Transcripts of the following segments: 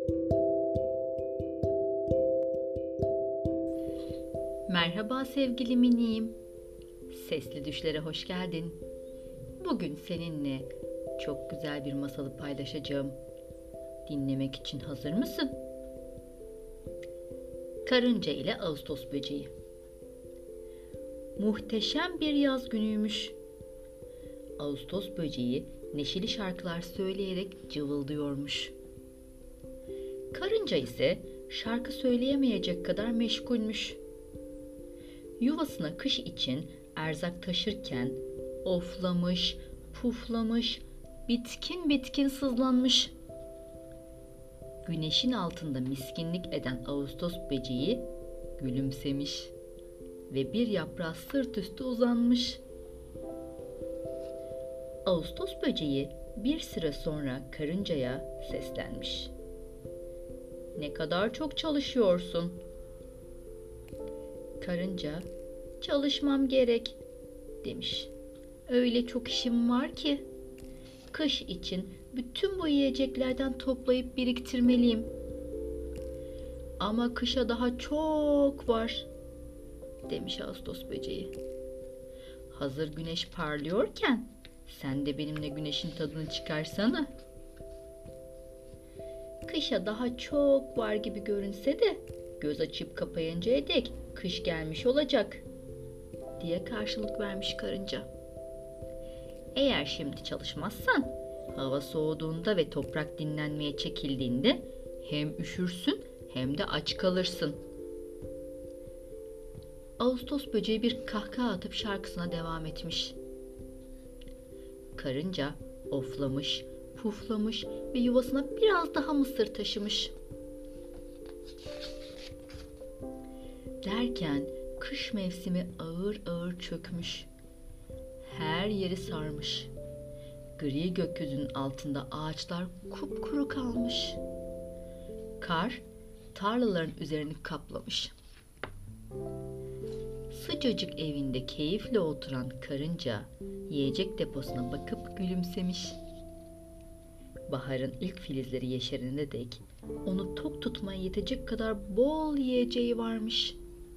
Merhaba sevgili miniğim. Sesli düşlere hoş geldin. Bugün seninle çok güzel bir masalı paylaşacağım. Dinlemek için hazır mısın? Karınca ile Ağustos böceği. Muhteşem bir yaz günüymüş. Ağustos böceği neşeli şarkılar söyleyerek cıvıldıyormuş. Karınca ise şarkı söyleyemeyecek kadar meşgulmüş. Yuvasına kış için erzak taşırken oflamış, puflamış, bitkin bitkin sızlanmış. Güneşin altında miskinlik eden Ağustos böceği gülümsemiş ve bir yaprağa sırt üstü uzanmış. Ağustos böceği bir süre sonra karıncaya seslenmiş. "Ne kadar çok çalışıyorsun?" Karınca, "Çalışmam gerek," demiş. "Öyle çok işim var ki. Kış için bütün bu yiyeceklerden toplayıp biriktirmeliyim. Ama kışa daha çok var," demiş Ağustos böceği. "Hazır güneş parlıyorken sen de benimle güneşin tadını çıkarsana." "Kışa daha çok var gibi görünse de göz açıp kapayıncaya dek kış gelmiş olacak," diye karşılık vermiş karınca. "Eğer şimdi çalışmazsan hava soğuduğunda ve toprak dinlenmeye çekildiğinde hem üşürsün hem de aç kalırsın." Ağustos böceği bir kahkaha atıp şarkısına devam etmiş. Karınca oflamış, puflamış ve yuvasına biraz daha mısır taşımış. Derken kış mevsimi ağır ağır çökmüş. Her yeri sarmış. Gri gökyüzünün altında ağaçlar kupkuru kalmış. Kar tarlaların üzerini kaplamış. Sıcacık evinde keyifle oturan karınca yiyecek deposuna bakıp gülümsemiş. Baharın ilk filizleri yeşerene dek onu tok tutmaya yetecek kadar bol yiyeceği varmış.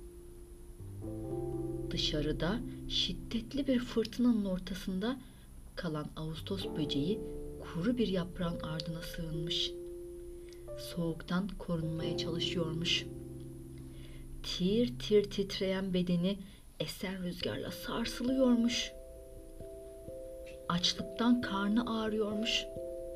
Dışarıda şiddetli bir fırtınanın ortasında kalan Ağustos böceği kuru bir yaprağın ardına sığınmış. Soğuktan korunmaya çalışıyormuş. Tir tir titreyen bedeni esen rüzgarla sarsılıyormuş. Açlıktan karnı ağrıyormuş.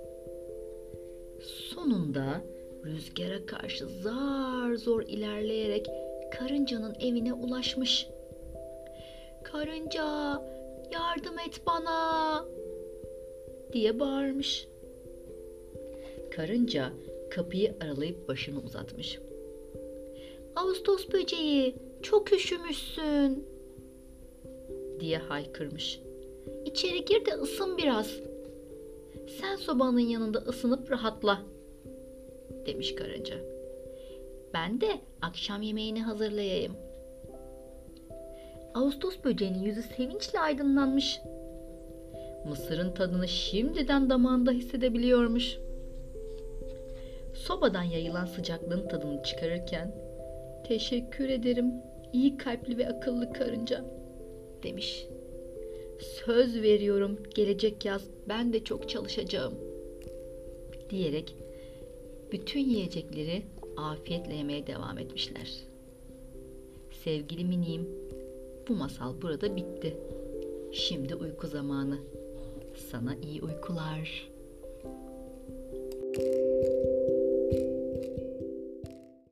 Sonunda rüzgara karşı zar zor ilerleyerek karıncanın evine ulaşmış. "Karınca, yardım et bana!" diye bağırmış. Karınca kapıyı aralayıp başını uzatmış. "Ağustos böceği, çok üşümüşsün," diye haykırmış. "İçeri gir de ısın biraz. Sen sobanın yanında ısınıp rahatla," demiş karınca. "Ben de akşam yemeğini hazırlayayım." Ağustos böceğinin yüzü sevinçle aydınlanmış. Mısırın tadını şimdiden damağında hissedebiliyormuş. Sobadan yayılan sıcaklığın tadını çıkarırken, "Teşekkür ederim, iyi kalpli ve akıllı karınca," demiş. "Söz veriyorum, gelecek yaz ben de çok çalışacağım," diyerek bütün yiyecekleri afiyetle yemeye devam etmişler. Sevgili miniğim, bu masal burada bitti. Şimdi uyku zamanı. Sana iyi uykular.